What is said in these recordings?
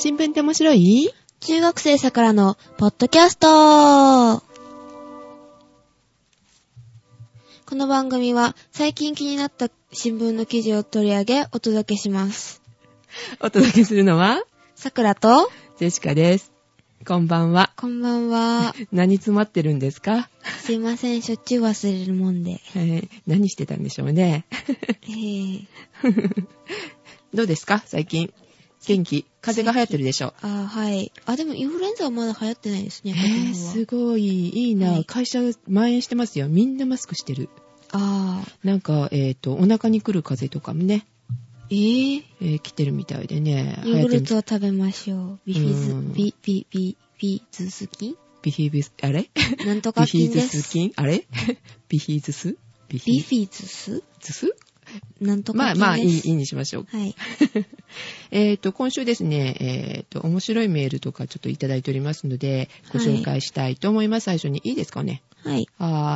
新聞って面白い？ 中学生さくらのポッドキャスト。この番組は最近気になった新聞の記事を取り上げお届けします。 お届けするのはさくらとジェシカです。こんばんは。 こんばんは。 何詰まってるんですか？ すいません、しょっちゅう忘れるもんで。 何してたんでしょうね。どうですか最近？元気？風邪が流行ってるでしょ？ はい。でもインフルエンザはまだ流行ってないですね。 すごいいいな、はい、会社蔓延してますよ。みんなマスクしてる。なんかお腹に来る風邪とかもね。来てるみたいでね。 ヨーグルトを食べましょう。ビフィズス菌？ ビフィズ、あれ？ なんとか菌です。 ビフィズス菌？あれ？ビフィズス？ ビフィズス？なんとか菌です。 まあいいにしましょう。 はい。 今週ですね、面白いメールとかちょっといただいておりますので、ご紹介したいと思います。最初にいいですかね。 はい。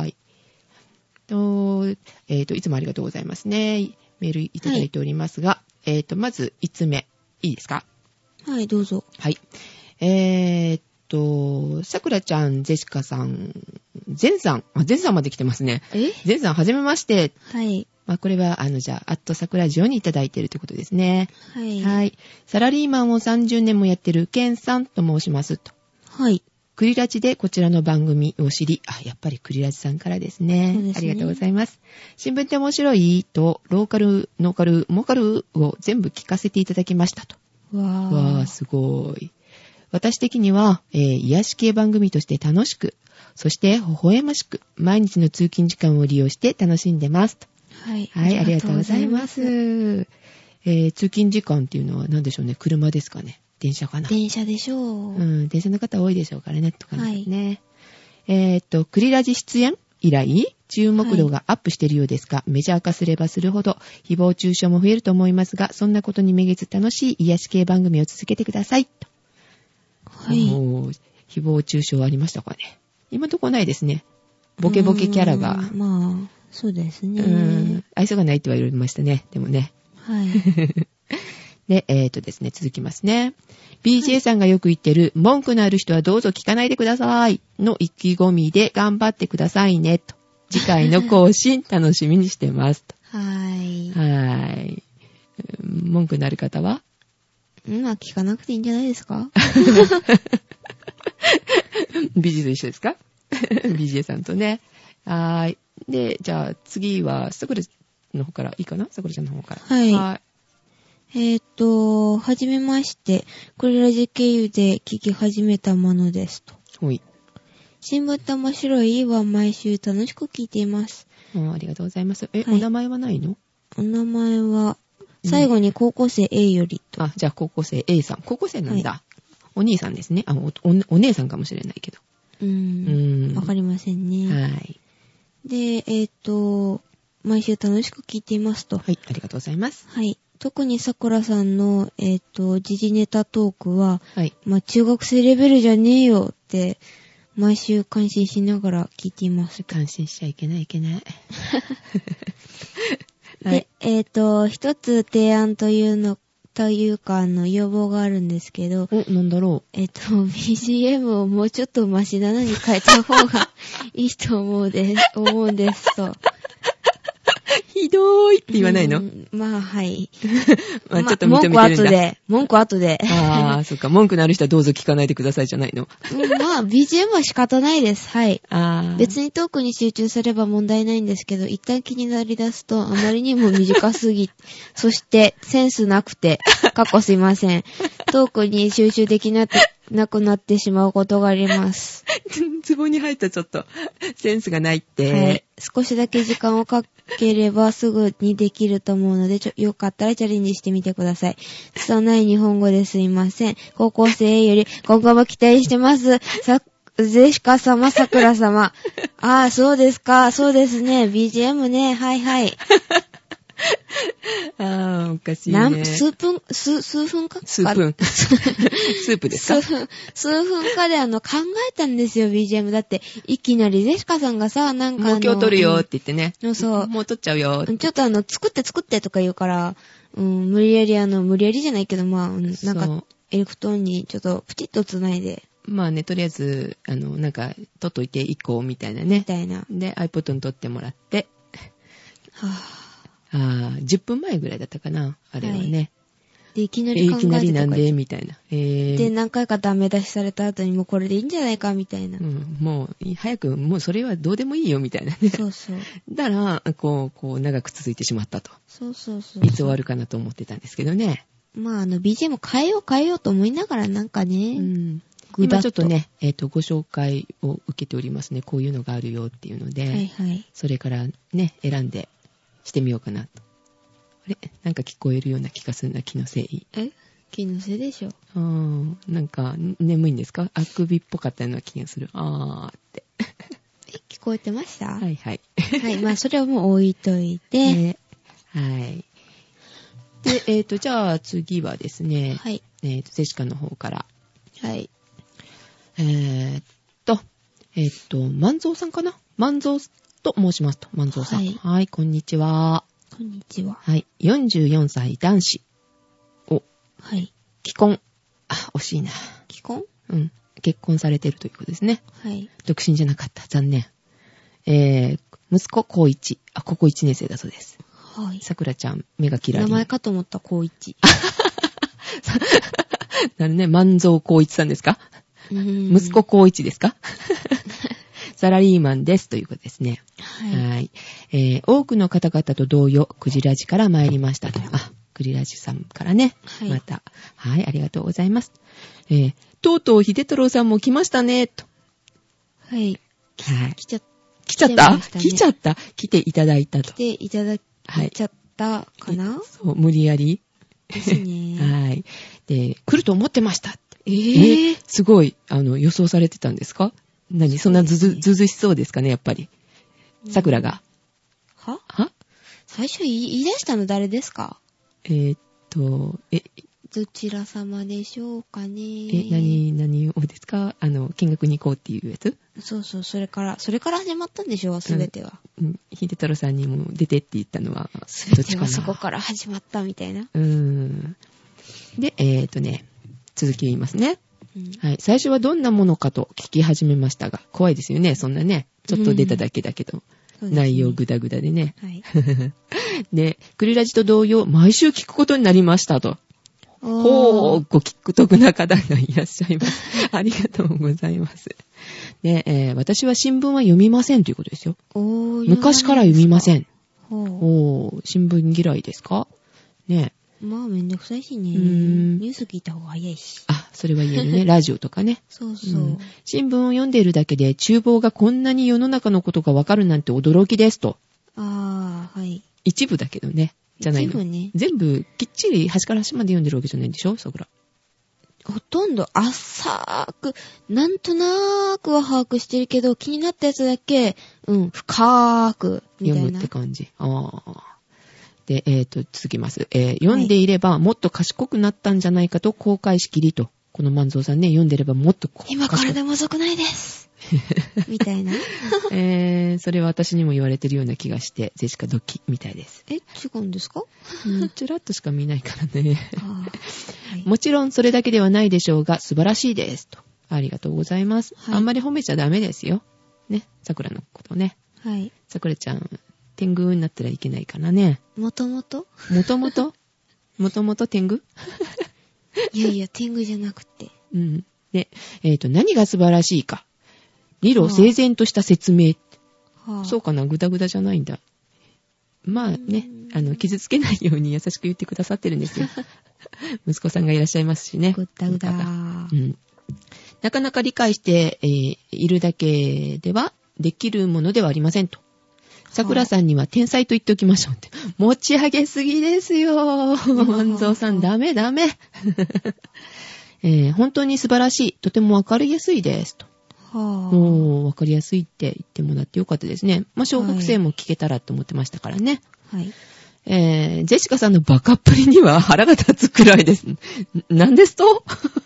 いつもありがとうございますね。メールいただいておりますが、まず5つ目。いいですか？ はい、どうぞ。 はい。さくらちゃん、ジェシカさん、ゼンさんまで来てますね。ゼンさん、はじめまして。 はい。 これは、じゃあ、さくらジオにいただいているということですね。 はい。 はい。サラリーマンを30年もやってるケンさんと申しますと。 はい。 クリラジでこちらの番組を知り、やっぱりクリラジさんからですね。 そうですね。 ありがとうございます。新聞って面白いと、ローカル、ノーカル、モーカルを全部聞かせていただきましたと。 わー、 すごい。私的には、癒し系番組として楽しく、そして微笑ましく、毎日の通勤時間を利用して楽しんでますと。 はい。 はい、ありがとうございます。通勤時間っていうのは何でしょうね。車ですかね。電車かな。 電車でしょう。 電車の方多いでしょうからね。とかね。はい。クリラジ出演以来、注目度がアップしているようですが、メジャー化すればするほど、誹謗中傷も増えると思いますが、そんなことにめげず楽しい癒し系番組を続けてください。 はい。 誹謗中傷ありましたかね。今んとこないですね。ボケボケキャラが。 まあ、そうですね。 愛想がないって言われましたね。でもね。 はい。 で、ですね、続きますね。BJ さんがよく言ってる、文句のある人はどうぞ聞かないでくださいの意気込みで頑張ってくださいねと。次回の更新楽しみにしてますと。 はい。 文句のある方は聞かなくていいんじゃないですか？ BJ と一緒ですか？ BJ さんとね。で、じゃあ次は、さくらの方からいいかな？さくらちゃんの方から。 はい。はじめまして、クリラジ経由で聞き始めたものですと。 はい。 新聞って面白いは毎週楽しく聞いています。 ありがとうございます。お名前はないの？ お名前は、最後に高校生 A よりと。 じゃあ高校生 A さん。高校生なんだ。はい、お兄さんですね。お姉さんかもしれないけど。 わかりませんね。 はい。 で、毎週楽しく聞いていますと。 はい、ありがとうございます。 はい。特にさくらさんの、時事ネタトークは、 はい。 中学生レベルじゃねえよって、毎週感心しながら聞いています。 感心しちゃいけない。 で、一つ提案というか、要望があるんですけど。 なんだろう。 BGM をもうちょっとマシなのに変えた方がいいと思うんですと。 ひどーいって言わないの？ はい。 ちょっと認めてるんだ。 文句後で。 そっか。文句のある人はどうぞ聞かないでくださいじゃないの。 BGM は仕方ないです。はい。別にトークに集中すれば問題ないんですけど、一旦気になり出すとあまりにも短すぎ、そしてセンスなくて、すいません。トークに集中できなくなってしまうことがあります。 ツボに入ったちょっと、センスがないって。 はい。少しだけ時間をかければすぐにできると思うので、よかったらチャレンジしてみてください。拙い日本語ですいません。高校生より今後も期待してます。ゼシカ様、さくら様。そうですか。そうですね。BGM ね。はい。 おかしいね。 数分かスープですか？ 数分かで考えたんですよ、BGM。だって、いきなりゼシカさんがさ、もう今日撮るよって言ってね。 そう。 もう撮っちゃうよ。 ちょっと作ってとか言うから、無理やりじゃないけど、 エレクトーンにちょっとプチッとつないで。 まあね、とりあえず、なんか、撮っといていこうみたいなね。 みたいな。 で、iPod に撮ってもらって、 はぁ。 10分前ぐらいだったかな、あれはね。はい、 で、いきなり考えていきなりなんでみたいな。 で、何回かダメ出しされた後にもうこれでいいんじゃないかみたいな。 うん、もう、早く、もうそれはどうでもいいよみたいなね。 そうそう。 だから、こう、長く続いてしまったと。 そうそうそう。 いつ終わるかなと思ってたんですけどね。 まあ、BGM 変えようと思いながらなんかね。 うん。今ちょっとね、ご紹介を受けておりますね。こういうのがあるよっていうので、 はいはい。 それからね、選んでしてみようかなと。あれなんか聞こえるような気がするな、気のせい。 気のせいでしょ。 なんか、眠いんですか？あくびっぽかったような気がする。って。 聞こえてました？ はいはい。 はい、まあそれはもう置いといて。 はい。で、じゃあ次はですね、 はい。 ジェシカの方から。 はい。 万蔵さんかな？万蔵と申しますと。万蔵さん。はい、こんにちは。 こんにちは。 はい。44歳男子。 はい。 既婚。惜しいな。 既婚？ うん。結婚されてるということですね。 はい。 独身じゃなかった。残念。息子、高一。高校1年生だそうです。 はい。 さくらちゃん、目がキラリ。 名前かと思った高一。 なるね。万蔵高一さんですか？息子高一ですか？サラリーマンですということですね。 はい。 多くの方々と同様、クジラジから参りましたと。クジラジさんからね。はい。また。はい、ありがとうございます。とうとう秀太郎さんも来ましたね、と。 はい。 はい。 来ちゃった？ 来ていただいたと。 来ていただいちゃったかな？ はい、そう、無理やり。 ですね。 はい。で、来ると思ってましたって。すごい、予想されてたんですか？そんなずしそうですかね、やっぱり。桜が。 は最初言い出したの誰ですか？どちら様でしょうかね。 何をですか？見学に行こうっていうやつ？ そうそう、それから始まったんでしょう、すべては。 秀太郎さんにも出てって言ったのは、 すべてはそこから始まったみたいな。 で、続き言いますね。はい。最初はどんなものかと聞き始めましたが、怖いですよね、そんなね。ちょっと出ただけだけど。内容グダグダでね。 はい。 で、クリラジと同様、毎週聞くことになりましたと。ご聞く得な方がいらっしゃいます。ありがとうございます。で、私は新聞は読みませんということですよ。昔から読みません。新聞嫌いですか？ね。 まあめんどくさいしね。ニュース聞いた方が早いし。 それは言えるね。ラジオとかね。 そうそう、 新聞を読んでいるだけで厨房がこんなに世の中のことがわかるなんて驚きですと。 はい。 一部だけどね。じゃないの。 一部ね。 全部きっちり端から端まで読んでるわけじゃないんでしょ、桜。 ほとんど浅く、なんとなーくは把握してるけど、気になったやつだけ、深く、みたいな。 読むって感じ。で、続きます。読んでいればもっと賢くなったんじゃないかと後悔しきりと。この万蔵さんね、読んでればもっと今からでも遅くないです。みたいな。 それは私にも言われてるような気がして、ジェシカドキみたいです。 違うんですか？ ちょらっとしか見ないからね。 はい、 もちろんそれだけではないでしょうが、素晴らしいですと。ありがとうございます。 はい、 あんまり褒めちゃダメですよ。ね、桜のことね。 はい。 桜ちゃん、天狗になったらいけないからね。 もともと天狗いや、天狗じゃなくて。 で、何が素晴らしいか。理路整然とした説明。そうかな、グダグダじゃないんだ。まあね、傷つけないように優しく言ってくださってるんですよ。息子さんがいらっしゃいますしね。 グダグダ。 なかなか理解して、いるだけではできるものではありませんと。桜さんには天才と言っておきましょうって。持ち上げすぎですよ。万蔵さん、ダメ。本当に素晴らしい。とてもわかりやすいです。と。わかりやすいって言ってもらってよかったですね。まあ、小学生も聞けたらと思ってましたからね。 はい。 ジェシカさんのバカっぷりには腹が立つくらいです。何ですと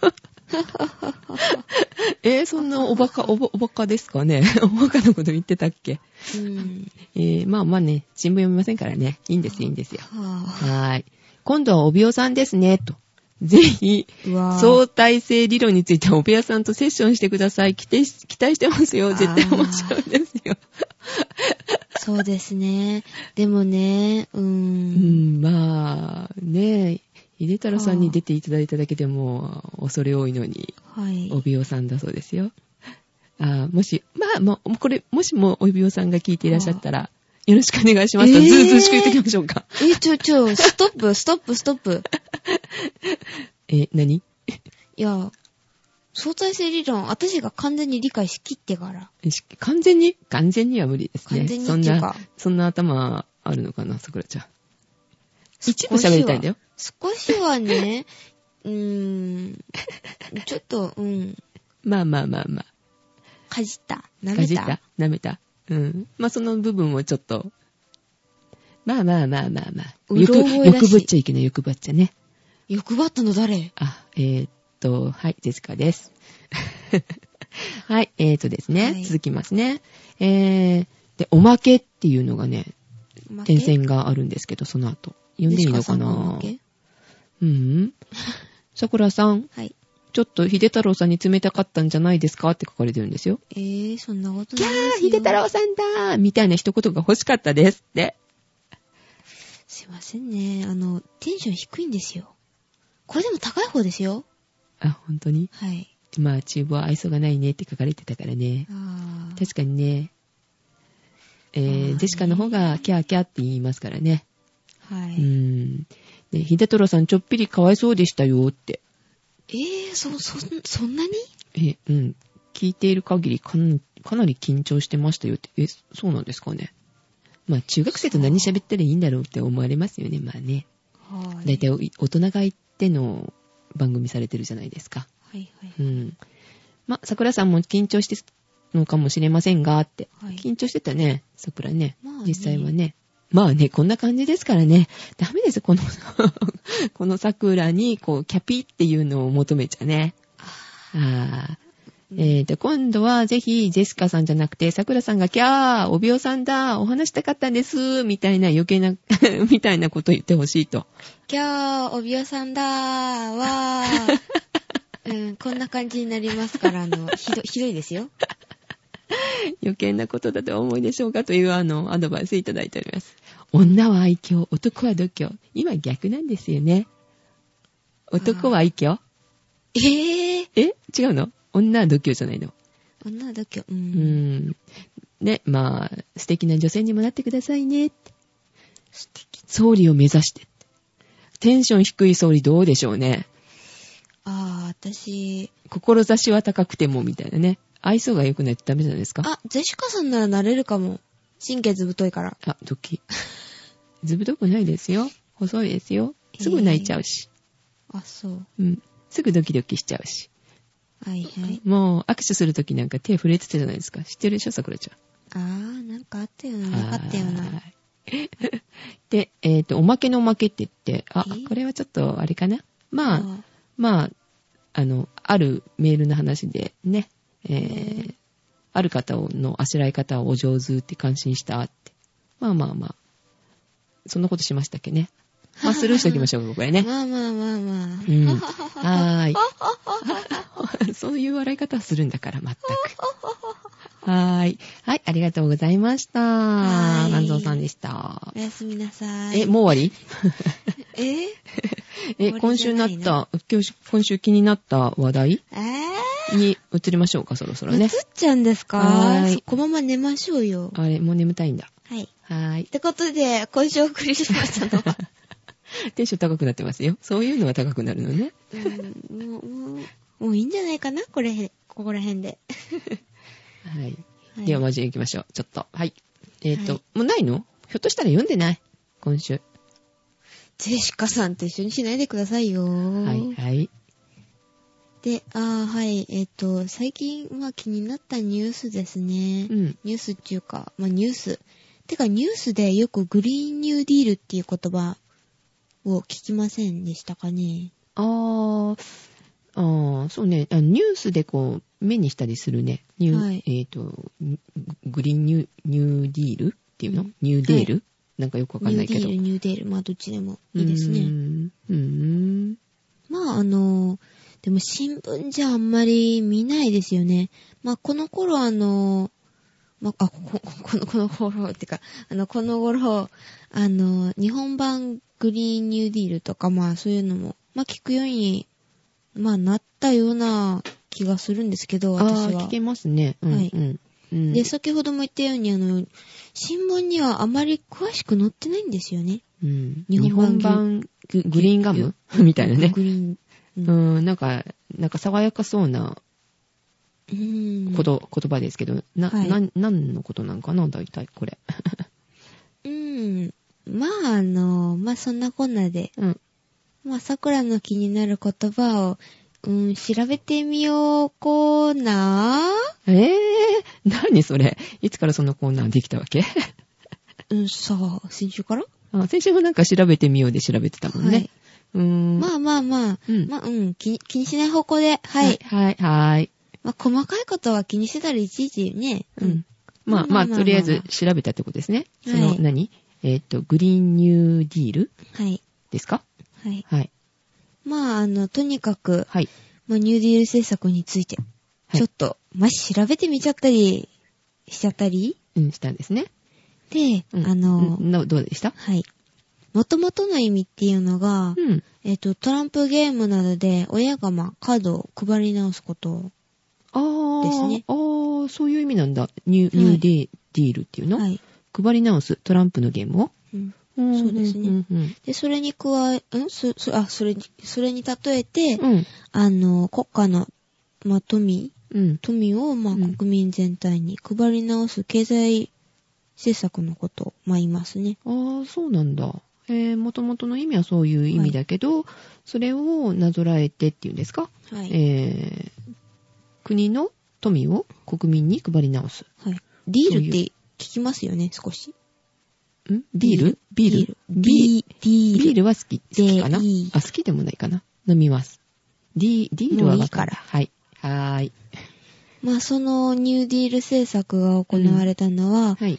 そんなおバカですかね。おバカのこと言ってたっけ？まあね、新聞読みませんからね。いいんですよ。はい。今度はおびおさんですね、と。 ぜひ、相対性理論についてお部屋さんとセッションしてください。期待してますよ。絶対面白いですよ。 そうですね。でもね、 まあ、ね、秀太郎さんに出ていただいただけでも恐れ多いのに、はい、お美容さんだそうですよ。もしもお美容さんが聞いていらっしゃったら、よろしくお願いしますと、ずうずうしく言っておきましょうか。 ストップ。 何？ いや、相対性理論、私が完全に理解しきってから。 完全には無理ですね。 完全にっていうか。 そんな頭あるのかな、さくらちゃん。一部喋りたいんだよ。 少しはね、ちょっと、 まあ。 かじった。 舐めた。その部分をちょっと。まあ。欲張っちゃいけない、欲張っちゃね。 欲張ったの誰？ はい、ジェシカです。はい、ですね、はい、続きますね。で、おまけっていうのがね、点線があるんですけど、その後。読んでいいのかな？桜さん。はい。ちょっと秀太郎さんに冷たかったんじゃないですかって書かれてるんですよ。 そんなことないですよ。 秀太郎さんだーみたいな一言が欲しかったですって。 すいませんね。テンション低いんですよ。これでも高い方ですよ。 本当に？はい。厨房愛想がないねって書かれてたからね。確かにね。ジェシカの方がキャーキャーって言いますからね。はい。で、秀太郎さんちょっぴりかわいそうでしたよって。 そんなに？ 聞いている限りかなり緊張してましたよって。そうなんですかね。中学生と何喋ったらいいんだろうって思われますよね、まあね。はい。だいたい大人が言っての番組されてるじゃないですか。はいはい。桜さんも緊張してるのかもしれませんがって。はい、緊張してたね、桜ね。実際はね。こんな感じですからね。ダメです、この桜に、キャピっていうのを求めちゃね。今度はぜひ、ジェシカさんじゃなくて、桜さんがキャー、お美容さんだ、お話したかったんです、みたいな余計な、みたいなこと言ってほしいと。 キャー、お美容さんだー、わー。こんな感じになりますから、ひどいですよ。 余計なことだとお思いでしょうかというアドバイスいただいております。女は愛嬌、男は度胸。今逆なんですよね。男は愛嬌？違うの？女は度胸じゃないの？ 女は度胸。 ね、素敵な女性にもなってくださいねって。素敵。総理を目指して。テンション低い総理どうでしょうね。 私。 志は高くてもみたいなね。愛想が良くないとダメじゃないですか。 ジェシカさんならなれるかも。神経ずぶといから。 ドキ。ずぶとくないですよ。細いですよ。すぐ泣いちゃうし。 そう。 すぐドキドキしちゃうし。 はいはい。 もう握手するときなんか手震えてたじゃないですか。知ってるでしょ、さくらちゃん。なんかあったよな。なかったよな。 で、おまけのおまけって言って、これはちょっとあれかな。あるメールの話でね。ある方のあしらい方をお上手って感心したって。そんなことしましたっけね。スルーしておきましょうか、これね。 はーい。そういう笑い方はするんだから、全く。はい、ありがとうございました。万蔵さんでした。 おやすみなさい。 もう終わり？今週気になった話題に移りましょうか、そろそろね。 移っちゃうんですか？そこまま寝ましょうよ。 もう眠たいんだ。 はい。ってことで、今週お送りしましたのは。 テンション高くなってますよ。そういうのが高くなるのね。 もういいんじゃないかな、ここら辺で。 はい。では、マジで行きましょう。ちょっと。はい。もうないの？ひょっとしたら読んでない？今週。 ジェシカさんと一緒にしないでくださいよ。 はい。 で、はい。最近は気になったニュースですね。ニュースっていうか、ニュース。てか、ニュースでよくグリーンニューディールっていう言葉を聞きませんでしたかね。 そうね。ニュースで目にしたりするね。グリーンニューディールっていうの？ニューデール？なんかよくわかんないけど。 ニューデール。どっちでもいいですね。 まあでも新聞じゃあんまり見ないですよね。まあこの頃この頃ってか、この頃、日本版グリーンニューディールとか、まあそういうのも、まあ聞くように、まあなったような気がするんですけど、私は。 聞けますね。うん、 はい、 うん。 で、先ほども言ったように、新聞にはあまり詳しく載ってないんですよね。 うん、日本版グリーンガムみたいなね。 グリーン。 なんか爽やかそうな言葉ですけど、何のことなんかな、大体これ。 まあまあそんなこんなで、まあ桜の気になる言葉を、調べてみようコーナー？ 何それ？いつからそのコーナーできたわけ？ さあ、先週から？ 先週もなんか調べてみようで調べてたもんね。 はい、まあ、まあ、気にしない方向で、はい。 はい。 まあ、細かいことは気にしてたらいちいちね。 まあ、とりあえず調べたってことですね。その、グリーンニューディール？はい。ですか？ はい。はい。まあ、とにかく、はい。まあ、ニューディール政策について、ちょっと、調べてみちゃったり、しちゃったり？ したんですね。 で、 どうでした？ はい。元々の意味っていうのが、トランプゲームなどで親がカードを配り直すことですね。 そういう意味なんだ。ニューディールっていうの？はい。配り直すトランプのゲームを？ そうですね。で、それに加え、それに例えて、国家の、富を、国民全体に配り直す経済政策のことを言いますね。 そうなんだ。もともとの意味はそういう意味だけど、それをなぞらえてっていうんですか？はい。国の富を国民に配り直す。はい。 ディールって聞きますよね、少し。 ビールは好きかな？好きでもないかな。飲みます。ディールはわかる。はい。 まあ、そのニューディール政策が行われたのは、はい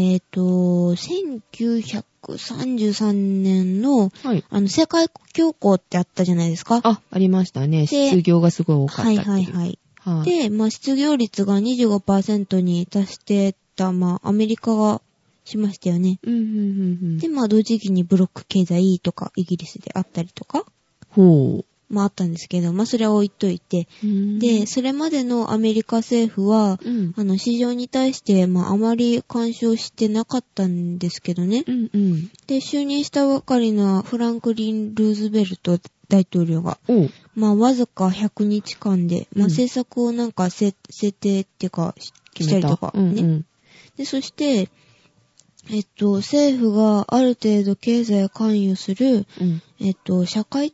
。1933年の、はい、世界恐慌ってあったじゃないですか。 ありましたね。失業がすごい多かったっていう。 はい。で、失業率が 25% に達してた、アメリカがしましたよね。で、同時期にブロック経済とかイギリスであったりとか。あったんですけど、それは置いといて。で、それまでのアメリカ政府は、市場に対して、あまり干渉してなかったんですけどね。で、就任したばかりのフランクリン・ルーズベルト大統領が、わずか100日間で、政策を制定っていうか、したりとかね。で、そして、政府がある程度経済を関与する、社会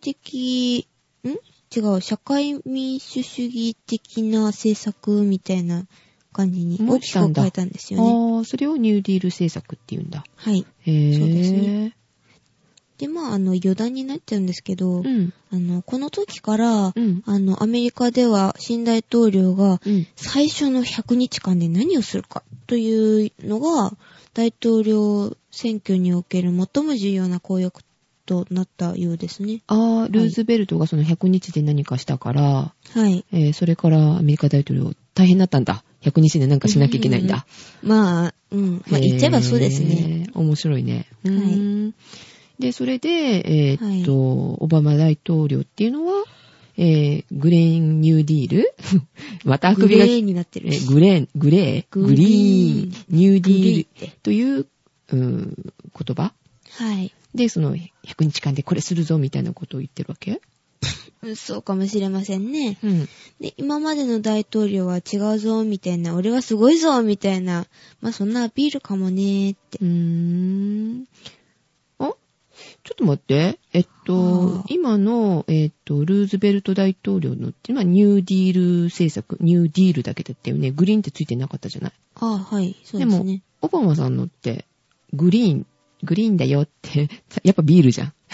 民主主義的な政策みたいな感じに大きく変えたんですよね。 それをニューディール政策って言うんだ。 はい。そうですね。で、余談になっちゃうんですけど、この時から、アメリカでは新大統領が最初の100日間で何をするかというのが、大統領選挙における最も重要な公約となったようですね。 ルーズベルトがその100日で何かしたから、はい。それからアメリカ大統領大変だったんだ。100日で何かしなきゃいけないんだ。 言っちゃえばそうですね。 面白いね。はい。で、それで、オバマ大統領っていうのは、グレーンニューディールまたあくびが。 グレーになってる。 グリーン、ニューディールという言葉。はい。で、その100日間でこれするぞみたいなことを言ってるわけ？ そうかもしれませんね。で、今までの大統領は違うぞみたいな、俺はすごいぞみたいな、そんなアピールかもねーって。 ちょっと待って。今の、ルーズベルト大統領のっていうのはニューディール政策、ニューディールだけだったよね。グリーンってついてなかったじゃない。 はい、そうですね。 でも、オバマさんのって、グリーンだよって、やっぱビールじゃん。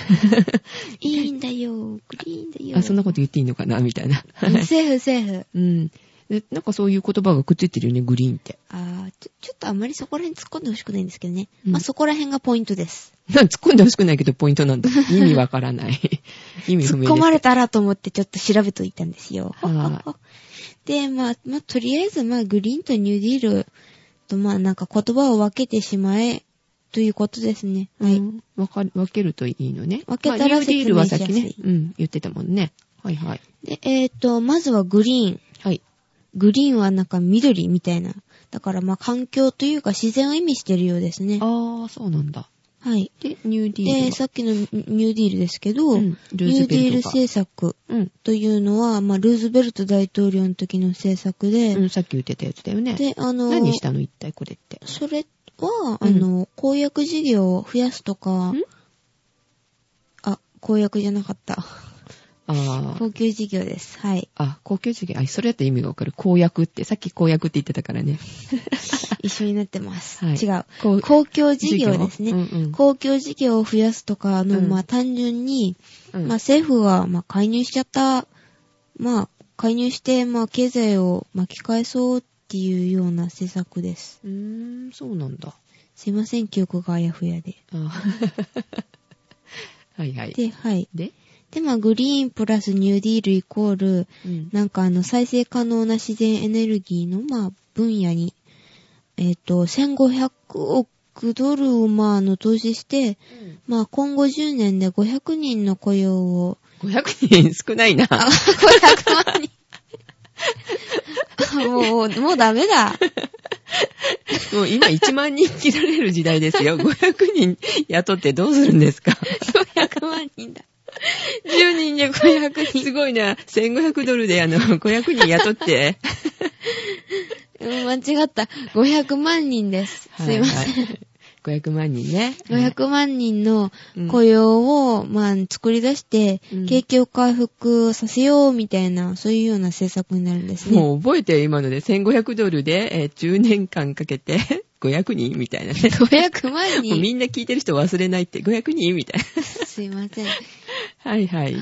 いいんだよ、グリーンだよ。 そんなこと言っていいのかなみたいな。 セーフ。 なんかそういう言葉がくっついてるよね、グリーンって。 ちょっとあんまりそこら辺突っ込んでほしくないんですけどね。まあそこら辺がポイントです。 突っ込んでほしくないけどポイントなんだ。意味わからない。意味不明です。 突っ込まれたらと思ってちょっと調べといたんですよ。で、まあ、とりあえず、グリーンとニューディールと、なんか言葉を分けてしまえ、ということですね。はい。 分けるといいのね。 分けたら説明しやすい。ニューディールはさっきね、 言ってたもんね。はいはい。 で、まずはグリーン。 はい。 グリーンはなんか緑みたいな。だから環境というか自然を意味してるようですね。 そうなんだ。 はい。 で、ニューディールは。 で、さっきのニューディールですけど、ニューディール政策というのは、ルーズベルト大統領の時の政策で、 さっき言ってたやつだよね。 で、 何したの一体これって。 それは、公約事業を増やすとか、公約じゃなかった。公共事業です。はい。 公共事業。それやったら意味がわかる。公約って。さっき公約って言ってたからね。 一緒になってます。 はい、 違う。公共事業ですね。公共事業を増やすとか単純に、政府は、介入しちゃった、介入して、経済を巻き返そうっていうような施策です。 そうなんだ。 すいません、記憶があやふやで。 はいはい。 で、はい。 で、 グリーンプラスニューディールイコール、なんか再生可能な自然エネルギーの、分野に、1500億ドルを投資して、今後10年で500人の雇用を。 500人少ないな。 500万人。もうダメだ。 もう今1万人切られる時代ですよ。500人雇ってどうするんですか？ 500 万人だ。10人で500人。 すごいな。1500ドルで500人雇って。 間違った。500万人です。すいません。 500万人ね。 500万人の雇用を、作り出して、景気を回復させようみたいな、そういうような政策になるんですね。 もう覚えてよ、今ので。1500ドルで、10年間かけて、500人みたいなね。 500万人。 もうみんな聞いてる人忘れないって、500人みたいな。 すいません。 はいはい。 はい。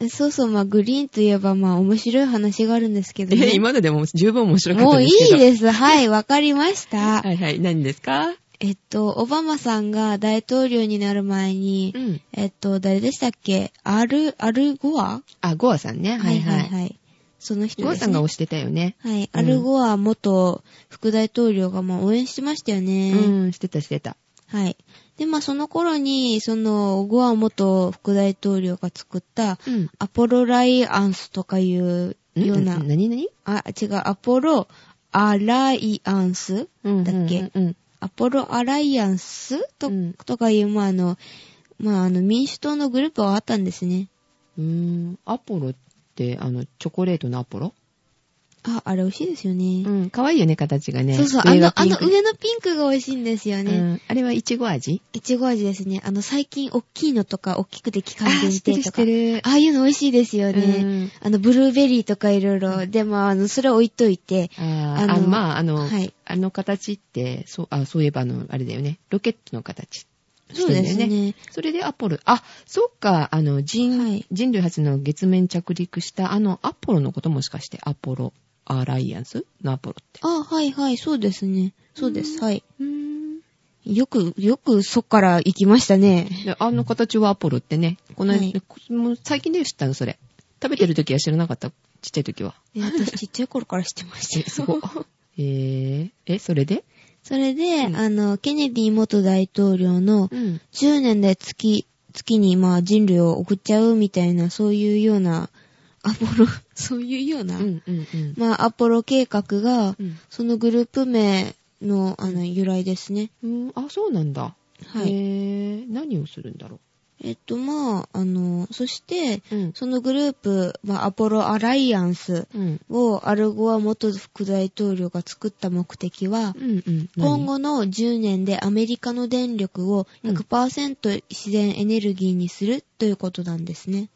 そうそう、グリーンといえば、面白い話があるんですけどね。 今のでも十分面白かったですけど。 もういいです。はい、わかりました。 はいはい。何ですか？ オバマさんが大統領になる前に、誰でしたっけ？アルゴア？ ゴアさんね。はいはい。 はい。その人ですね。 ゴアさんが推してたよね。 はい。アルゴア元副大統領が応援してましたよね。 してた。 はい。で、その頃に、ゴア元副大統領が作った、アポロライアンスとかいうような。 何違う、アポロアライアンスだっけ？アポロアライアンスとかいう、民主党のグループはあったんですね。 アポロって、チョコレートのアポロ？ あれ美味しいですよね。 かわいいよね、形がね。 そうそう、上のピンクが美味しいんですよね。 あれはイチゴ味？ イチゴ味ですね。最近大きいのとか、大きくて期間限定とか。 知ってる。 ああいうの美味しいですよね。ブルーベリーとかいろいろ。でも、それ置いといて。 はい。形って、そういえばあれだよね。ロケットの形。 そうですね。 それでアポロ、そっか、人類初の月面着陸したアポロのこともしかしてアポロアライアンスのアポロって。 はいはい、そうですね。そうです、はい。よくそっから行きましたね。 形はアポロってね。もう最近で知ったの、それ。食べてる時は知らなかった。ちっちゃい時は。 私ちっちゃい頃から知ってました。 すごい。それでそれで、ケネディ元大統領の10年で月に人類を送っちゃうみたいな、そういうような、そういうような、アポロ計画が、そのグループ名の、由来ですね。 そうなんだ。 はい。 何をするんだろう。 そして、そのグループ、アポロアライアンスをアルゴア元副大統領が作った目的は、今後の10年でアメリカの電力を 100% 自然エネルギーにするということなんですね。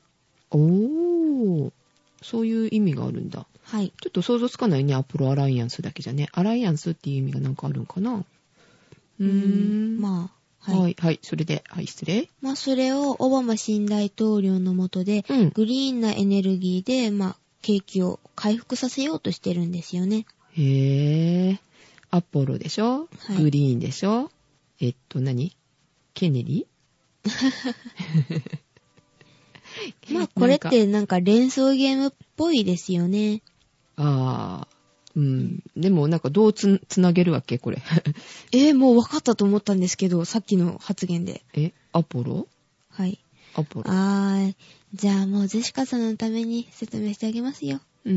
そういう意味があるんだ。 はい。 ちょっと想像つかないね、アポロアライアンスだけじゃね。アライアンスっていう意味がなんかあるんかな。はい。はい。それで、失礼。 それをオバマ新大統領の下で、グリーンなエネルギーで、 景気を回復させようとしてるんですよね。 へぇー。アポロでしょ、はい、グリーンでしょ何ケネディまあこれってなんか連想ゲームっぽいですよね。 ああ、うん。でもなんかどうつなげるわけこれ。 もう分かったと思ったんですけど、さっきの発言で。 アポロ？ はい。 アポロ。 じゃあもうジェシカさんのために説明してあげますよ。 うん。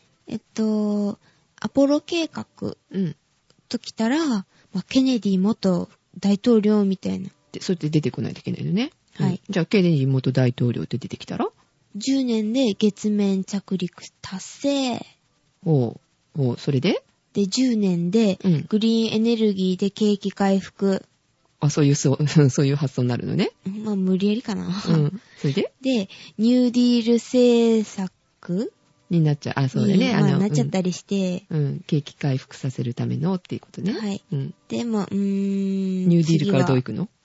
アポロ計画ときたら、まあ、ケネディ元大統領みたいな。 そうやって出てこないといけないのね。 はい。 じゃあケネディ元大統領って出てきたら 10年で月面着陸達成。 それでで、10年でグリーンエネルギーで景気回復。 そういう発想になるのね。 まあ、無理やりかな。 それでニューディール政策になっちゃう。そうだね。 なっちゃったりして。 景気回復させるためのっていうことね。 はい。でも、 ニューディールからどういくの？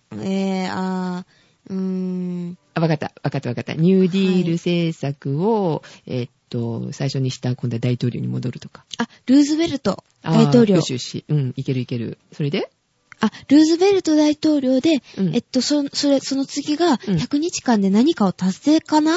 わかった。ニューディール政策を、最初にした今度は大統領に戻るとか。 ルーズベルト大統領。 よし。いける。それでルーズベルト大統領で、その次が100日間で何かを達成かな？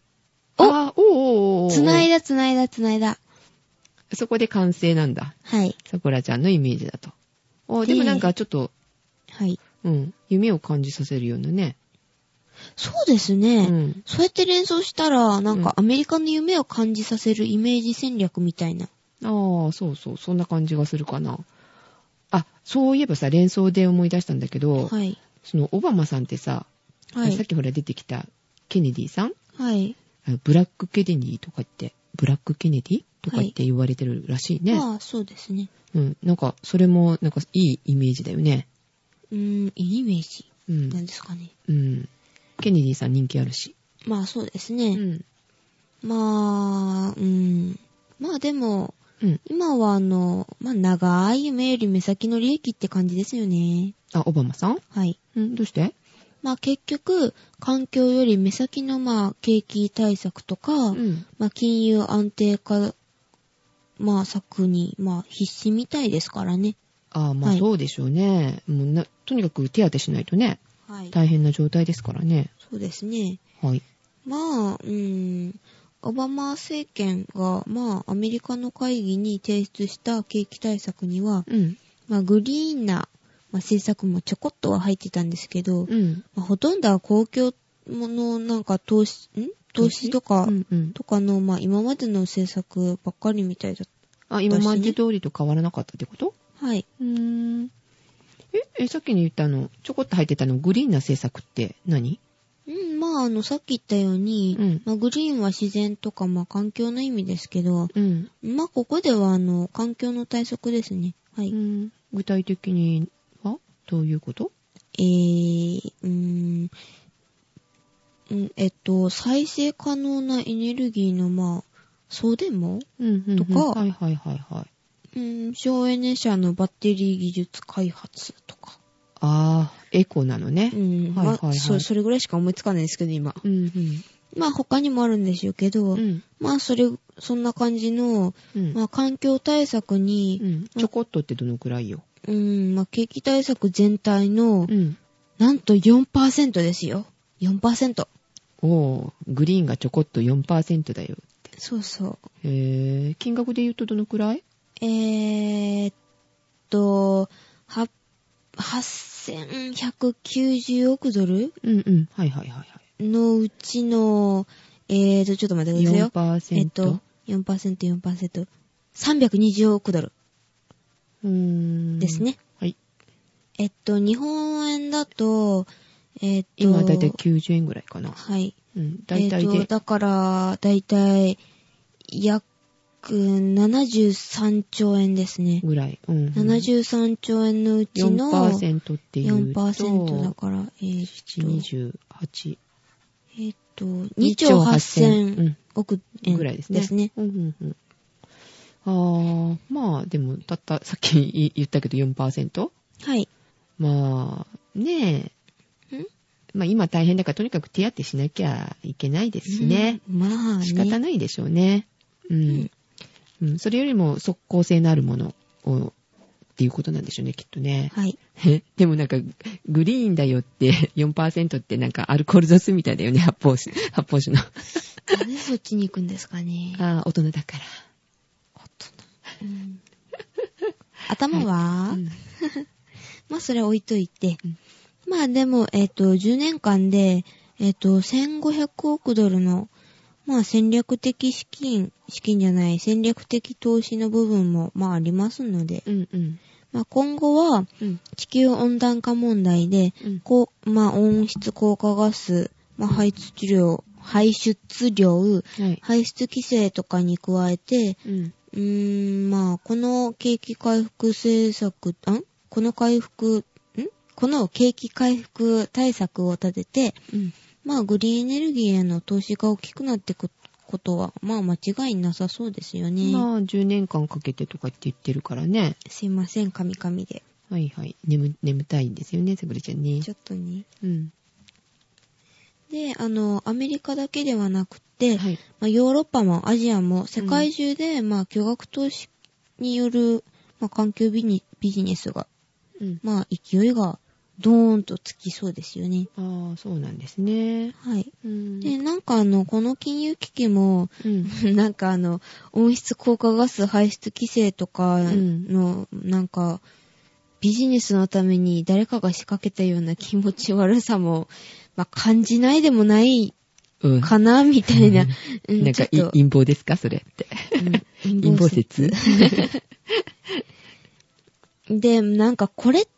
つないだ。 そこで完成なんだ。 はい。 さくらちゃんのイメージだと。でもなんかちょっと、 はい。 夢を感じさせるようなね。 そうですね。そうやって連想したら、なんかアメリカの夢を感じさせるイメージ戦略みたいな。 そう。そんな感じがするかな。そういえばさ、連想で思い出したんだけど、 はい。 そのオバマさんってさ、 はい、 さっきほら出てきたケネディさん？ はい。 ブラックケネディとか言って、ブラックケネディとか言って言われてるらしいね。 そうですね。 なんか、それも、なんか、いいイメージだよね。 いいイメージ。なんですかね。 ケネディさん人気あるし。 まあ、そうですね。まあでも、今は長い夢より目先の利益って感じですよね。 オバマさん？ はい。 どうして？ 結局、環境より目先の景気対策とか、金融安定化、策に、必死みたいですからね。 そうでしょうね。もうとにかく手当てしないとね。はい。大変な状態ですからね。 そうですね。 はい。 オバマ政権が、アメリカの会議に提出した景気対策には、グリーンな、政策もちょこっとは入ってたんですけど、ほとんどは公共のなんか投資とか、とかの、今までの政策ばっかりみたいだった、ね。 今まで通りと変わらなかったってこと？ はい。 さっきに言ったちょこっと入ってたグリーンな政策って何？ さっき言ったように、グリーンは自然とか、環境の意味ですけど、ここでは、環境の対策ですね。はい。 具体的にはどういうこと？ 再生可能なエネルギーの、送電網とか、省エネ車のバッテリー技術開発とか。 エコなのね。 それぐらいしか思いつかないですけど、今。他にもあるんでしょうけど、そんな感じの、環境対策に、 ちょこっとってどのくらいよ？ 景気対策全体の、なんと 4% ですよ。4%。 グリーンがちょこっと 4% だよって。 そうそう。 金額で言うとどのくらい ？8190億ドルはい。 のうちの、ちょっと待ってくださいよ。4%。320億ドル。ですね。 はい。 日本円だと、 今だいたい90円ぐらいかな。 はい。 だいたいで。 だから、だいたい、約73兆円ですね。 ぐらい。 73兆円のうちの 4% っていうと 4% だから、 728。 2兆8000億円ぐらいですね。でも、たったさっき言ったけど 4%？ はい。 ねえ。 まあ今大変だからとにかく手当てしなきゃいけないですしね。 まあね。 仕方ないでしょうね。それよりも即効性のあるものをっていうことなんでしょうね、きっとね。 はい。 でもなんか、グリーンだよって 4% ってなんかアルコール度数みたいだよね、発泡酒の。 なんでそっちに行くんですかね。 ああ、大人だから。 大人。頭は、まあそれ置いといて。まあでも、10年間で、1500億ドルの、まあ戦略的資金じゃない、戦略的投資の部分も、まあありますので、まあ今後は、地球温暖化問題で、まあ温室効果ガス、まあ排出量、排出規制とかに加えて、まあこの景気回復政策、この景気回復対策を立てて、まあグリーンエネルギーへの投資が大きくなっていくことは、まあ間違いなさそうですよね。 まあ10年間かけてとかって言ってるからね。 すいません、カミカミで。 はいはい。眠たいんですよね、さくらちゃんね。 ちょっとね。で、アメリカだけではなくて、まあ、ヨーロッパもアジアも世界中で、まあ巨額投資による、まあ、環境ビジネスが、まあ勢いがドーンとつきそうですよね。 ああ、そうなんですね。 はい。で、なんかこの金融危機も、なんか温室効果ガス排出規制とかの、なんか、ビジネスのために誰かが仕掛けたような気持ち悪さも、まあ、感じないでもないかな、みたいな。 なんか陰謀ですか、それって。陰謀説で、なんかこれって、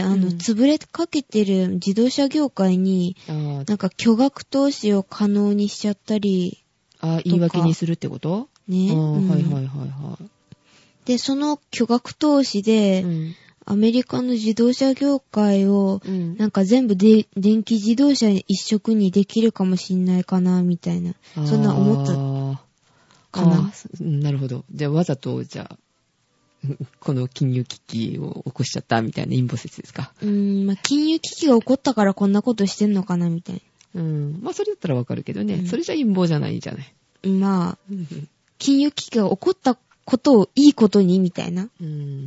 潰れかけてる自動車業界に、なんか巨額投資を可能にしちゃったり。 言い訳にするってことね。 はいはいはいはい。 で、その巨額投資で、アメリカの自動車業界を、なんか全部電気自動車一色にできるかもしんないかな、みたいな。そんな思ったかな。 なるほど。じゃあわざと、この金融危機を起こしちゃったみたいな陰謀説ですか。 まあ、金融危機が起こったからこんなことしてんのかな、みたいな。まあ、それだったらわかるけどね。それじゃ陰謀じゃないじゃない。 まあ、金融危機が起こったことをいいことに、みたいな。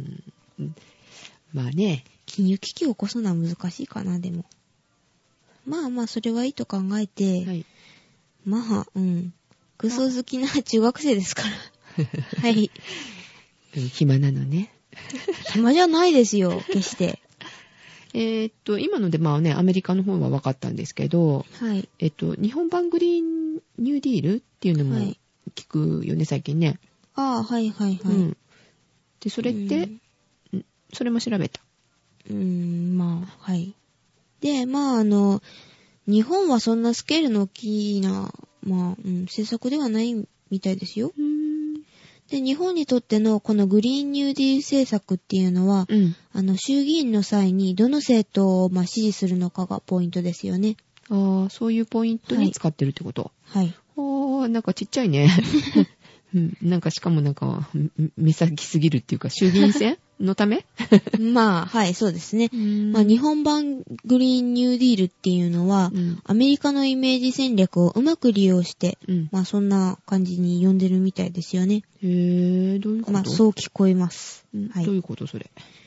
まあね。 金融危機を起こすのは難しいかな、でも。まあまあ、それはいいと考えて、まあ、クソ好きな中学生ですから。はい。 暇なのね。 暇じゃないですよ、決して。 今のでまあね、アメリカの方は分かったんですけど、日本版グリーンニューディールっていうのも聞くよね、最近ね。 はいはいはい。 で、それって、それも調べた。 まあ、はい。で、まあ日本はそんなスケールの大きな、まあ、政策ではないみたいですよ。で、日本にとってのこのグリーンニューディール政策っていうのは、衆議院の際にどの政党を支持するのかがポイントですよね。 そういうポイントに使ってるってこと。 はい。 なんかちっちゃいね。なんかしかもなんか、目先すぎるっていうか、衆議院選のためまあ、はい、そうですね。まあ、日本版グリーンニューディールっていうのは、アメリカのイメージ戦略をうまく利用して、まあ、そんな感じに呼んでるみたいですよね。 どういうこと？ まあ、そう聞こえます。 はい。どういうことそれ？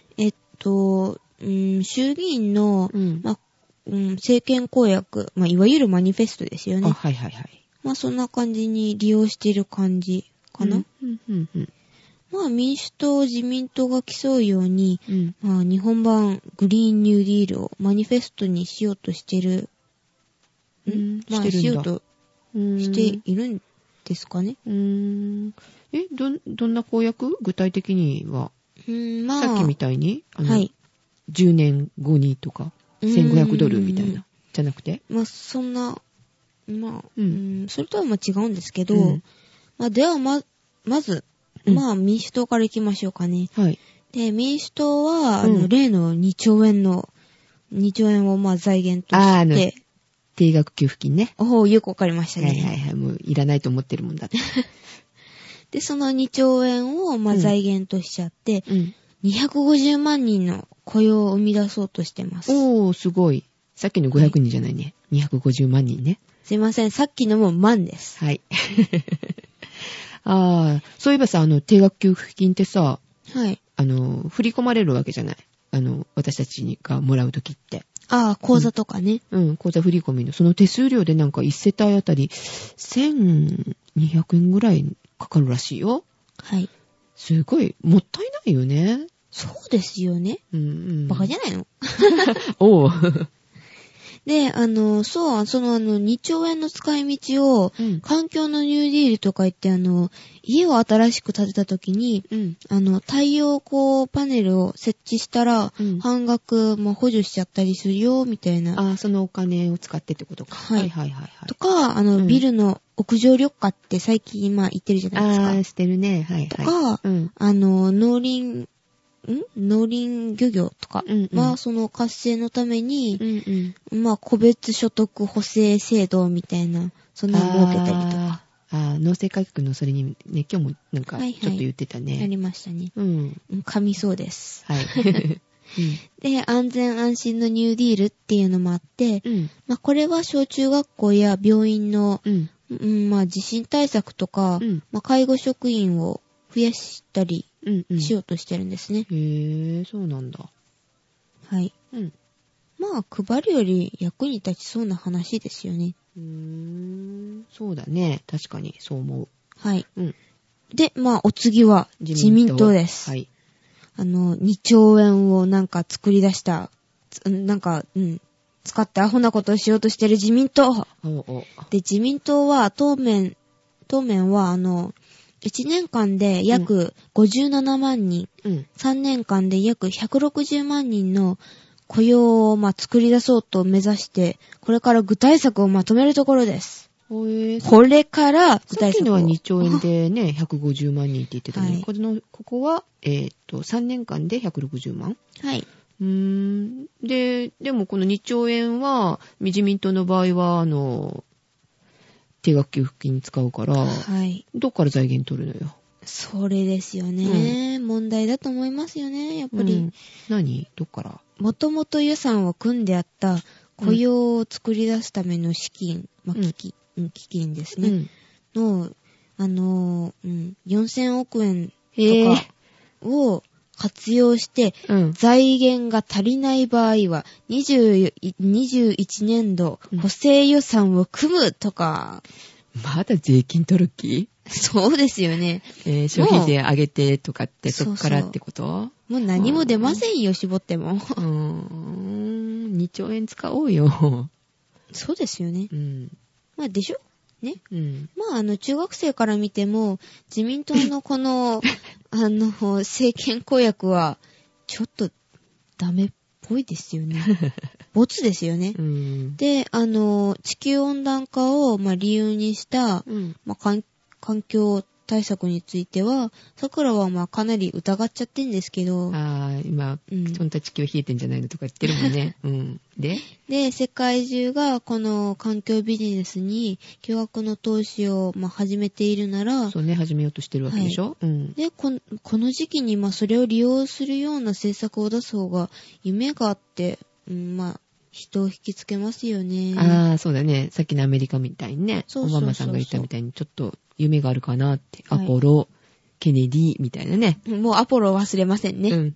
衆議院の、まあ、政権公約、まあ、いわゆるマニフェストですよね。 はいはいはい。 まあ、そんな感じに利用している感じかな。まあ、民主党、自民党が競うように、まあ、日本版グリーンニューディールをマニフェストにしようとしてる。まあ、しようとしているんですかね。 どんな公約？具体的には。まあ、さっきみたいに、 はい。 10年後にとか、1500ドルみたいな。じゃなくて？ まあ、そんな、まあ、それとはまあ違うんですけど、まあ、ではまず、まあ、民主党から行きましょうかね。 はい。 で、民主党は、例の2兆円をまあ財源として、 定額給付金ね。 よくわかりましたね。 はいはいはい。もういらないと思ってるもんだって。 で、その2兆円をまあ財源としちゃって、250万人の雇用を生み出そうとしてます。 すごい。 さっきの500人じゃないね。250万人ね。 すいません、さっきのも万です。 はい。そういえばさ、定額給付金ってさ、 はい。 振り込まれるわけじゃない。私たちがもらうときって。 口座とかね。 口座振り込みの。その手数料でなんか1世帯あたり1200円ぐらいかかるらしいよ。 はい。 すごい、もったいないよね。 そうですよね。バカじゃないの？ おう。 で、2兆円の使い道を、環境のニューディールとか言って、家を新しく建てた時に、太陽光パネルを設置したら、半額も補助しちゃったりするよ、みたいな。 そのお金を使ってってことか。はいはいはいはい。 とか、ビルの屋上緑化って最近、言ってるじゃないですか。 してるね。はいはい。 とか、農林漁業とかは、その活性のために、個別所得補正制度みたいな、そんなの設けたりとか。 農政改革のそれにね、今日もなんかちょっと言ってたね。 ありましたね。噛みそうです。 はい。 で、安全安心のニューディールっていうのもあって、これは小中学校や病院の、地震対策とか、介護職員を増やしたりしようとしてるんですね。 へぇ、そうなんだ。 はい。配るより役に立ちそうな話ですよね。 そうだね。確かに、そう思う。 はい。で、お次は自民党です。 はい。 2兆円を作り出した、使ってアホなことをしようとしてる自民党。で、自民党は、当面は、1年間で約57万人、3年間で約160万人の雇用を作り出そうと目指して、これから具体策をまとめるところです。これから具体策を。 さっきのは2兆円でね、150万人って言ってたのに、ここは、3年間で160万？ はい。 でもこの2兆円は、自民党の場合は、定額給付金使うから、どっから財源取るのよ。 それですよね。問題だと思いますよね、やっぱり。 何？どっから？ もともと予算を組んであった雇用を作り出すための資金、基金ですね。の、4000億円とかを活用して、財源が足りない場合は、21年度補正予算を組むとか。 まだ税金取る気？ そうですよね。 消費税上げてとかって、そっからってこと？ もう何も出ませんよ、絞っても。 2兆円使おうよ。 そうですよね。でしょね。中学生から見ても、自民党のこの、政権公約は、ちょっとダメっぽいですよね。ボツですよね。で、地球温暖化を、理由にした、環境対策については、桜はかなり疑っちゃってんですけど。 今、そんな地球冷えてんじゃないのとか言ってるもんね。 で、世界中がこの環境ビジネスに巨額の投資を始めているなら。 そうね、始めようとしてるわけでしょ。 で、この時期にそれを利用するような政策を出す方が夢があって、人を引きつけますよね。 そうだね。さっきのアメリカみたいにね。オバマさんが言ったみたいにちょっと夢があるかなって。アポロ、ケネディみたいなね。 もうアポロ忘れませんね。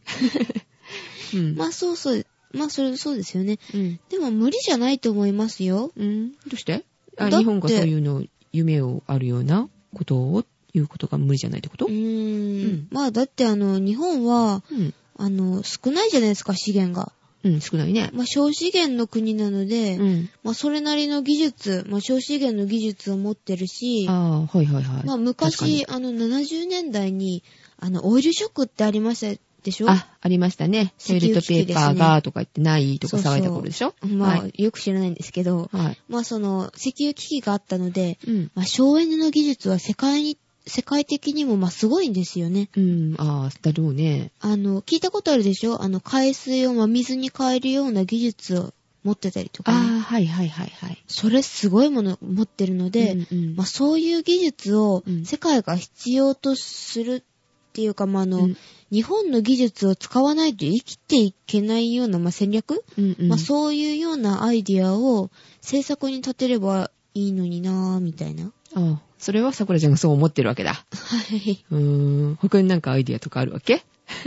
そうですよね。でも無理じゃないと思いますよ。 どうして？日本がそういうの夢をあるようなことを言うことが無理じゃないってこと？ だって日本は、少ないじゃないですか、資源が。 少ないね。 小資源の国なので、それなりの技術、小資源の技術を持ってるし、昔、70年代に、オイルショックってありましたでしょ？ ありましたね。トイレットペーパーがとか言ってないとか騒いだ頃でしょ？ よく知らないんですけど、その、石油危機があったので、省エネの技術は世界的にもすごいんですよね。 だろうね。 聞いたことあるでしょ？海水を水に変えるような技術を持ってたりとかね。それすごいもの持ってるので、そういう技術を世界が必要とするっていうか、日本の技術を使わないと生きていけないような、戦略、そういうようなアイディアを制作に立てればいいのになぁ、みたいな。 ああ、それはさくらちゃんがそう思ってるわけだ。 はい。 他になんかアイディアとかあるわけ？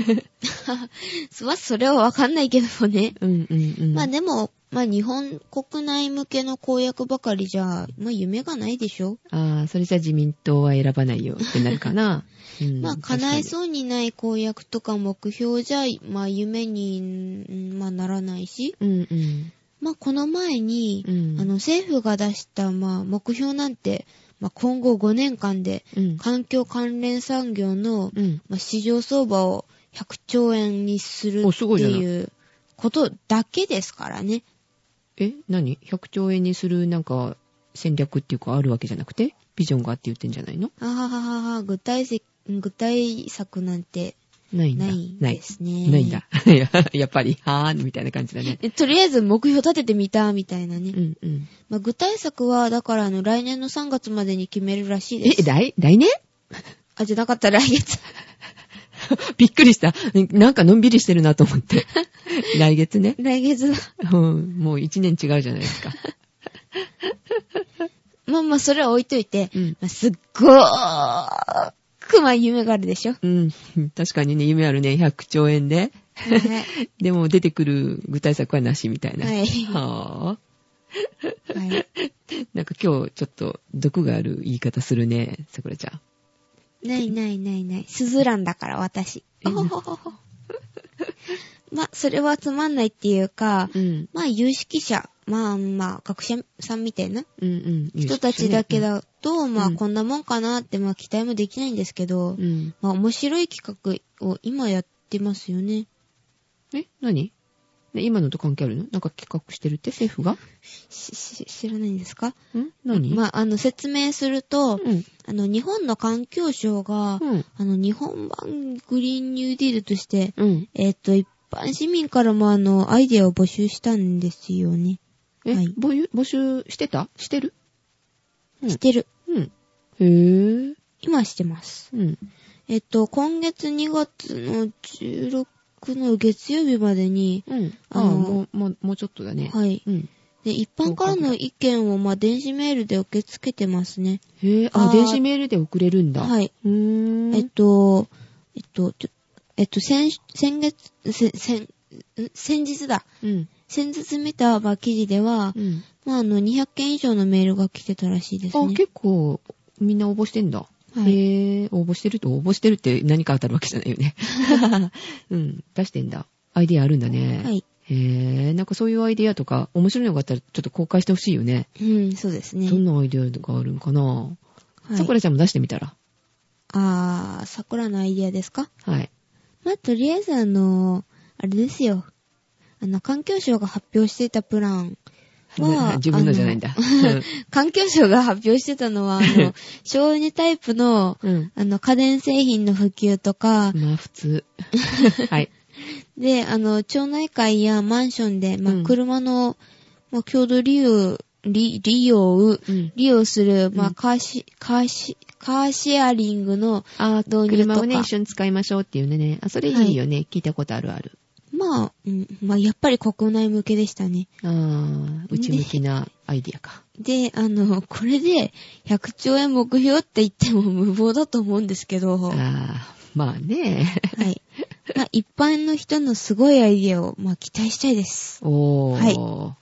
それはわかんないけどね。でも、日本国内向けの公約ばかりじゃ、夢がないでしょ。 ああ、それじゃ自民党は選ばないよってなるかな。 叶えそうにない公約とか目標じゃ、夢に、ならないし。この前に、政府が出した、目標なんて、今後5年間で、環境関連産業の、市場相場を100兆円にするっていうことだけですからね。 何 ?100 兆円にするなんか戦略っていうかあるわけじゃなくてビジョンがあって言ってんじゃないの？具体策なんてないですね。 ないんだ。やっぱり、みたいな感じだね。 とりあえず目標立ててみた、みたいなね。具体策は、だから来年の3月までに決めるらしいです。 来年？ じゃなかった来月。 びっくりした。なんかのんびりしてるなと思って。来月ね。 来月だ。 もう1年違うじゃないですか。 それは置いといて、すっごーく夢があるでしょ。 確かにね、夢あるね、100兆円で。でも出てくる具体策はなしみたいな。なんか今日ちょっと毒がある言い方するね、さくらちゃん。 ない。スズランだから私。それはつまんないっていうか、有識者、学者さんみたいな人たちだけだと、こんなもんかなって、期待もできないんですけど、面白い企画を今やってますよね。 何？今のと関係あるの？なんか企画してるって政府が？ 知らないんですか？ 何？ 説明すると、日本の環境省が、日本版グリーンニューディールとして、一般市民からもアイデアを募集したんですよね。 募集してた？してる？ してる。 へぇ。 今してます。今月2月の16の月曜日までに、 もうちょっとだね。 で、一般からの意見を電子メールで受け付けてますね。 電子メールで送れるんだ。 先日だ。先日見た記事では、200件以上のメールが来てたらしいですね。 結構みんな応募してんだ。応募してるって何か当たるわけじゃないよね。出してんだ。アイディアあるんだね。なんかそういうアイディアとか面白いのがあったらちょっと公開してほしいよね。 そうですね。 どんなアイディアがあるんかな。さくらちゃんも出してみたら。 さくらのアイディアですか？ はい。 とりあえずあれですよ。環境省が発表していたプランは、 自分のじゃないんだ。 環境省が発表してたのは、省エネタイプの、家電製品の普及とか、 普通。はい。 で、町内会やマンションで、車の、共同利用する、カーシェアリングの導入とか。 車をね、一緒に使いましょうっていうね。それいいよね。聞いたことあるある。 やっぱり国内向けでしたね。 内向きなアイディアか。 で、これで100兆円目標って言っても無謀だと思うんですけど。 まあね。 はい。一般の人のすごいアイディアを、期待したいです。 はい。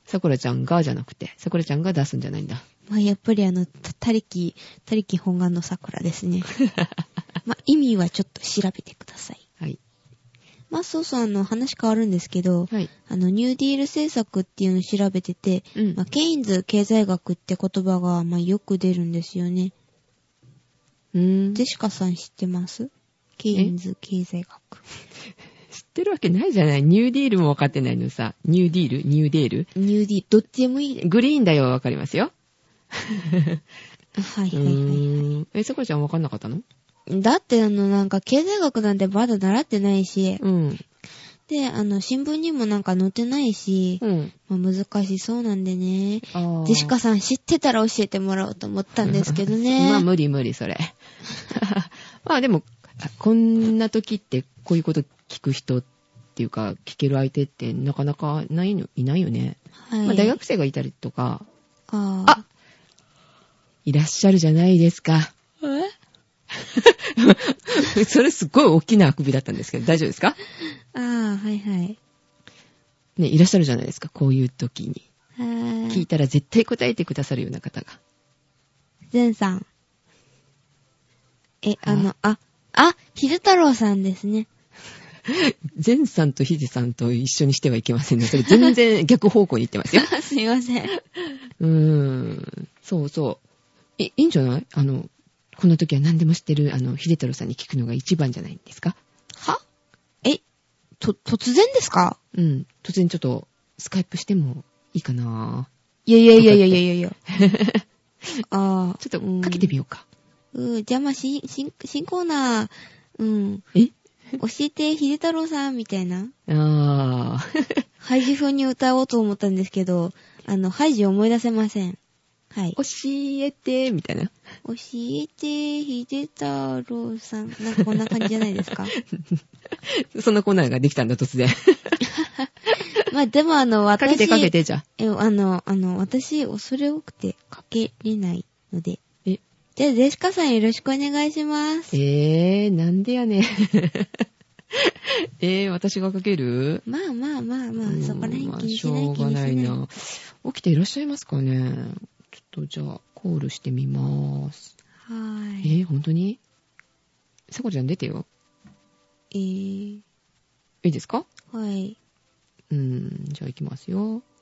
さくらちゃんがじゃなくて、さくらちゃんが出すんじゃないんだ。 やっぱり他力本願のさくらですね。意味はちょっと調べてください。 はい。 そう話変わるんですけど、ニューディール政策っていうのを調べてて、ケインズ経済学って言葉が、よく出るんですよね。ジェシカさん知ってます？ケインズ経済学。 知ってるわけないじゃない。ニューディールも分かってないのさ。ニューディール？ニューデール？ ニューディール。どっちでもいいで。 グリーンだよ、分かりますよ。 はい。 さくらちゃん分かんなかったの？ だって経済学なんてまだ習ってないし、で、新聞にも載ってないし、難しそうなんでね。ジェシカさん知ってたら教えてもらおうと思ったんですけどね。 無理、それ。でも、 こんな時ってこういうこと聞く人っていうか、聞ける相手ってなかなかいないよね。 はい。 まあ、大学生がいたりとか、 あ、 いらっしゃるじゃないですか。それすっごい大きなあくびだったんですけど、大丈夫ですか？ はいはい。 ね、いらっしゃるじゃないですか、こういう時に。聞いた。 たら絶対答えてくださるような方が。 ゼンさん。ひず太郎さんですね。 ゼンさんとヒデさんと一緒にしてはいけませんね。それ全然逆方向に行ってますよ。 すいません。 そうそう。いいんじゃない？こんな時は何でも知ってる、ヒデ太郎さんに聞くのが一番じゃないんですか？ は？突然ですか？ 突然ちょっと、スカイプしてもいいかな？ いや。ちょっとかけてみようか。 じゃあ新コーナー、教えて、ひで太郎さん、みたいな。ハイジ風に歌おうと思ったんですけど、ハイジ思い出せません。はい。 教えて、みたいな。 教えて、ひで太郎さん。なんかこんな感じじゃないですか？ そんなコーナーができたんだ、突然。 まあでも私。 かけて、じゃあ。 私、恐れ多くてかけれないので。じゃあ、ゼシカさんよろしくお願いします。 なんでやねん。私がかける？ まあ、そこら辺気にしない。 しょうがないな。起きていらっしゃいますかね？ちょっとじゃあ、コールしてみます。本当に？さこちゃん出てよ。いいですか？ はい。 じゃあ行きますよ。